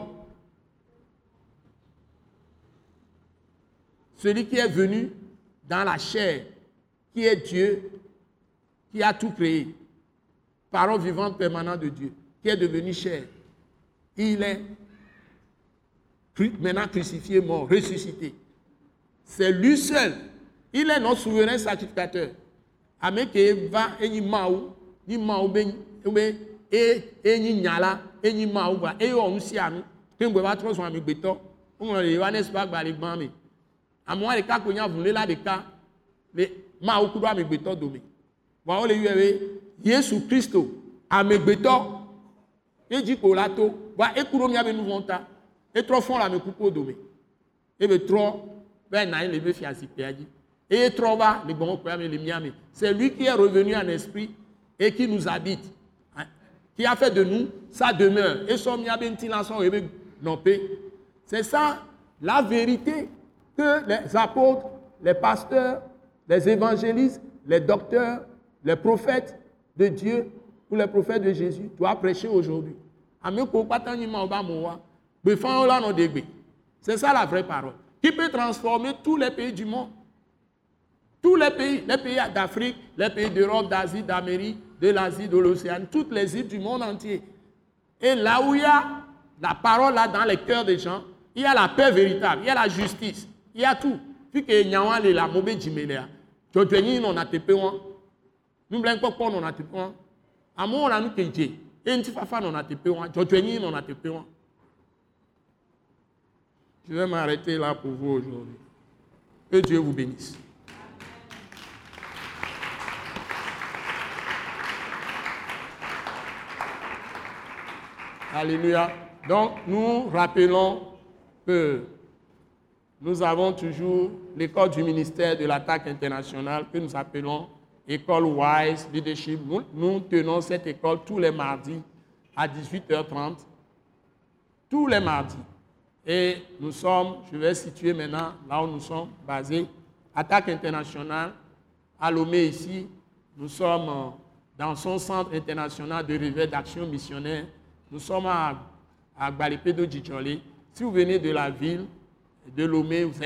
celui qui est venu dans la chair, qui est Dieu, qui a tout créé, parole vivante permanente de Dieu, qui est devenu chair. Il est maintenant crucifié, mort, ressuscité. C'est lui seul. Il est notre souverain sacrificateur. Ameke va eni maou, ni maou ben eni nyala, eni maou ba e on si ami. Kembe va trop so ami beto. On le va n'est pas ba le gbami. Amwa le ka konya vule la de ka le maou ku do ami beto domi. Wa o le yewe Yesu Christo ami beto. E di ko lato, wa e kuro mi abenu vonta. Et trop fond la me coupe domi. Et be trop ben na le be fi asipeaji. Et trop bas, les bons les miami. C'est lui qui est revenu en esprit et qui nous habite. Hein? Qui a fait de nous sa demeure. Et son miabenti lançon et nopé. C'est ça la vérité que les apôtres, les pasteurs, les évangélistes, les docteurs, les prophètes de Dieu ou les prophètes de Jésus doivent prêcher aujourd'hui. C'est ça la vraie parole. Qui peut transformer tous les pays du monde. Tous les pays d'Afrique, les pays d'Europe, d'Asie, d'Amérique, de l'Asie, de l'Océan, toutes les îles du monde entier. Et là où il y a la parole là dans les cœurs des gens, il y a la paix véritable, il y a la justice, il y a tout. Puis que nyawa le la mobe jimelea. Jotwenyi non atepewa. Nous blanco pas non atepewa. Amo on a nous kenje. Et ntifafa non atepewa. Jotwenyi non atepewa. Je vais m'arrêter là pour vous aujourd'hui. Que Dieu vous bénisse. Alléluia. Donc, nous rappelons que nous avons toujours l'école du ministère de l'attaque internationale que nous appelons École Wise Leadership. Nous tenons cette école tous les mardis à 18h30. Tous les mardis. Et nous sommes, je vais situer maintenant là où nous sommes basés, Attaque internationale, à Lomé ici. Nous sommes dans son centre international de réveil d'action missionnaire. Nous sommes à Gbalipedo Djidjolé. Si vous venez de la ville de Lomé, vous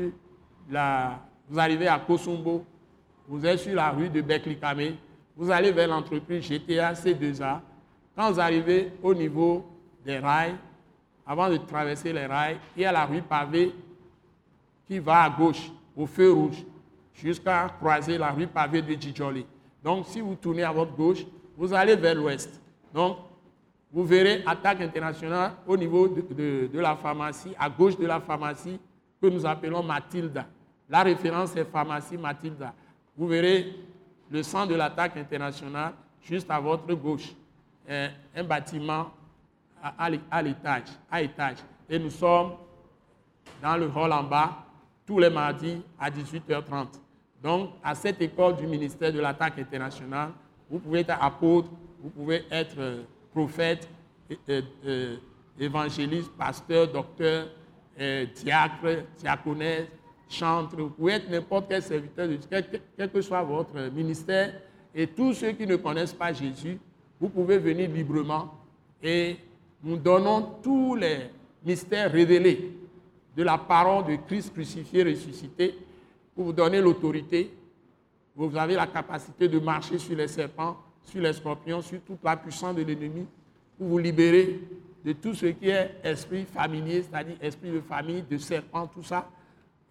arrivez à Kosombo, vous êtes sur la rue de Beklikame, vous allez vers l'entreprise GTA C2A. Quand vous arrivez au niveau des rails, avant de traverser les rails, il y a la rue pavée qui va à gauche, au feu rouge, jusqu'à croiser la rue pavée de Djidjolé. Donc, si vous tournez à votre gauche, vous allez vers l'ouest. Donc, vous verrez Attaque internationale au niveau de la pharmacie, à gauche de la pharmacie, que nous appelons Mathilda. La référence est pharmacie Mathilda. Vous verrez le centre de l'Attaque internationale juste à votre gauche. Un bâtiment à étage. Et nous sommes dans le hall en bas, tous les mardis à 18h30. Donc, à cette école du ministère de l'Attaque internationale, vous pouvez être apôtre, vous pouvez être prophète, évangéliste, pasteur, docteur, diacre, diaconesse, chantre. Vous pouvez être n'importe quel serviteur de Dieu, quel que soit votre ministère. Et tous ceux qui ne connaissent pas Jésus, vous pouvez venir librement. Et nous donnons tous les mystères révélés de la parole de Christ crucifié, ressuscité, pour vous donner l'autorité. Vous avez la capacité de marcher sur les serpents, sur les scorpions, sur toute la puissance de l'ennemi, pour vous libérer de tout ce qui est esprit familier, c'est-à-dire esprit de famille, de serpent, tout ça.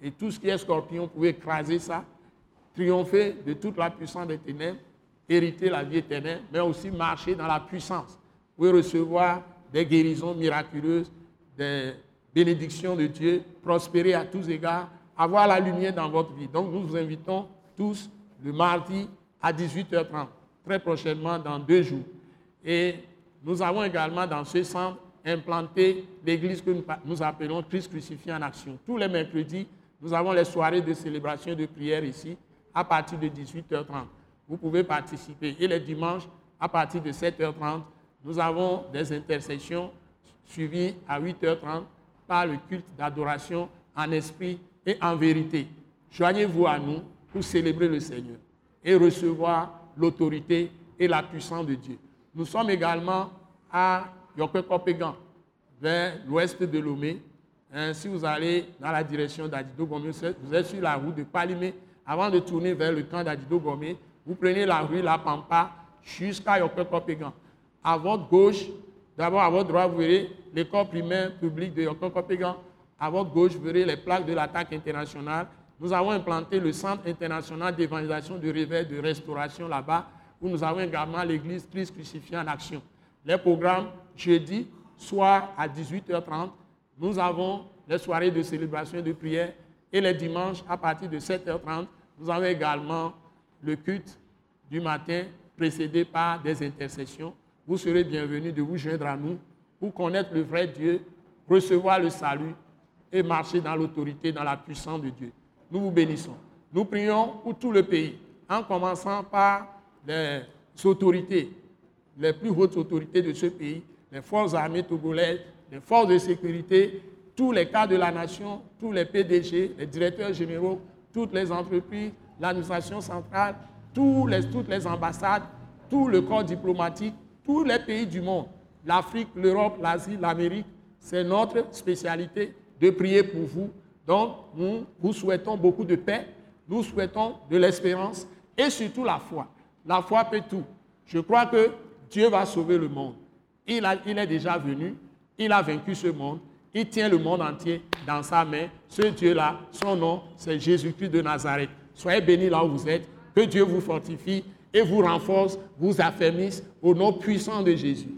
et tout ce qui est scorpion, vous pouvez écraser ça, triompher de toute la puissance des ténèbres, hériter la vie éternelle, mais aussi marcher dans la puissance. Vous pouvez recevoir des guérisons miraculeuses, des bénédictions de Dieu, prospérer à tous égards, avoir la lumière dans votre vie. Donc nous vous invitons tous le mardi à 18h30, très prochainement dans 2 jours. Et nous avons également dans ce centre implanté l'église que nous appelons Christ crucifié en action. Tous les mercredis, nous avons les soirées de célébration de prière ici à partir de 18h30. Vous pouvez participer. Et les dimanches, à partir de 7h30, nous avons des intercessions suivies à 8h30 par le culte d'adoration en esprit et en vérité. Joignez-vous à nous pour célébrer le Seigneur et recevoir l'autorité et la puissance de Dieu. Nous sommes également à Yokwe-Kopégan, vers l'ouest de Lomé. Si vous allez dans la direction d'Adido-Gomé, vous êtes sur la route de Palimé. Avant de tourner vers le camp d'Adido-Gomé, vous prenez la rue La Pampa jusqu'à Yokwe-Kopégan. À votre gauche, d'abord à votre droite, vous verrez l'école primaire publique de Yokwe-Kopégan. À votre gauche, vous verrez les plaques de l'attaque internationale. Nous avons implanté le Centre international d'évangélisation, de réveil, de restauration là-bas, où nous avons également l'église Christ crucifié en action. Les programmes, jeudi, soir à 18h30, nous avons les soirées de célébration et de prière. Et les dimanches, à partir de 7h30, nous avons également le culte du matin, précédé par des intercessions. Vous serez bienvenus de vous joindre à nous pour connaître le vrai Dieu, recevoir le salut et marcher dans l'autorité, dans la puissance de Dieu. Nous vous bénissons. Nous prions pour tout le pays, en commençant par les autorités, les plus hautes autorités de ce pays, les forces armées togolaises, les forces de sécurité, tous les cadres de la nation, tous les PDG, les directeurs généraux, toutes les entreprises, l'administration centrale, toutes les ambassades, tout le corps diplomatique, tous les pays du monde, l'Afrique, l'Europe, l'Asie, l'Amérique. C'est notre spécialité de prier pour vous. Donc, nous vous souhaitons beaucoup de paix, nous souhaitons de l'espérance et surtout la foi. La foi peut tout. Je crois que Dieu va sauver le monde. Il est déjà venu, il a vaincu ce monde, il tient le monde entier dans sa main. Ce Dieu-là, son nom, c'est Jésus-Christ de Nazareth. Soyez bénis là où vous êtes, que Dieu vous fortifie et vous renforce, vous affermisse au nom puissant de Jésus.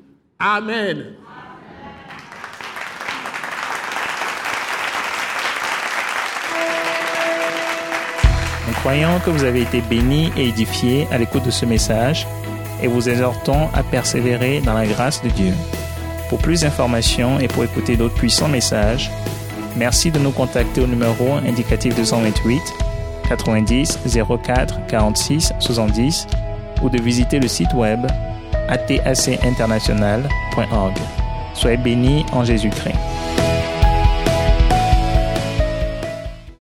Amen. Nous croyons que vous avez été bénis et édifiés à l'écoute de ce message et vous exhortons à persévérer dans la grâce de Dieu. Pour plus d'informations et pour écouter d'autres puissants messages, merci de nous contacter au numéro indicatif 228 90 04 46 70 ou de visiter le site web atacinternational.org. Soyez bénis en Jésus-Christ.